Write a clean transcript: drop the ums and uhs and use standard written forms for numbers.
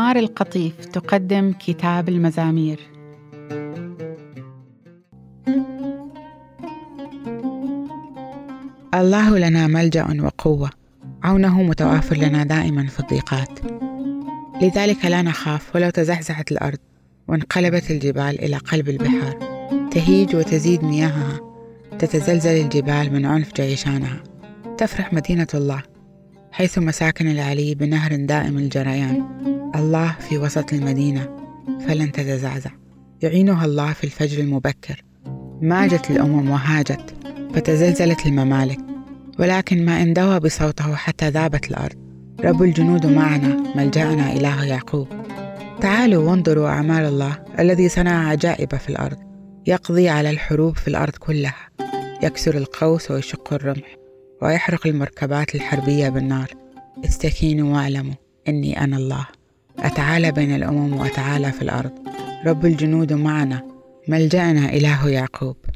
سمار القطيف تقدم كتاب المزامير. الله لنا ملجأ وقوة، عونه متوافر لنا دائما في الضيقات. لذلك لا نخاف ولو تزحزحت الأرض وانقلبت الجبال إلى قلب البحار، تهيج وتزيد مياهها، تتزلزل الجبال من عنف جيشانها. تفرح مدينة الله حيث مساكن العلي بنهر دائم الجريان. الله في وسط المدينة فلن تتزعزع، يعينها الله في الفجر المبكر. ماجت الأمم وهاجت فتزلزلت الممالك، ولكن ما اندوى بصوته حتى ذابت الأرض. رب الجنود معنا، ملجأنا إله يعقوب. تعالوا وانظروا أعمال الله الذي صنع عجائب في الأرض. يقضي على الحروب في الأرض كلها، يكسر القوس ويشق الرمح ويحرق المركبات الحربية بالنار. استكينوا واعلموا إني أنا الله، أتعالى بين الأمم وأتعالى في الأرض. رب الجنود معنا، ملجأنا إله يعقوب.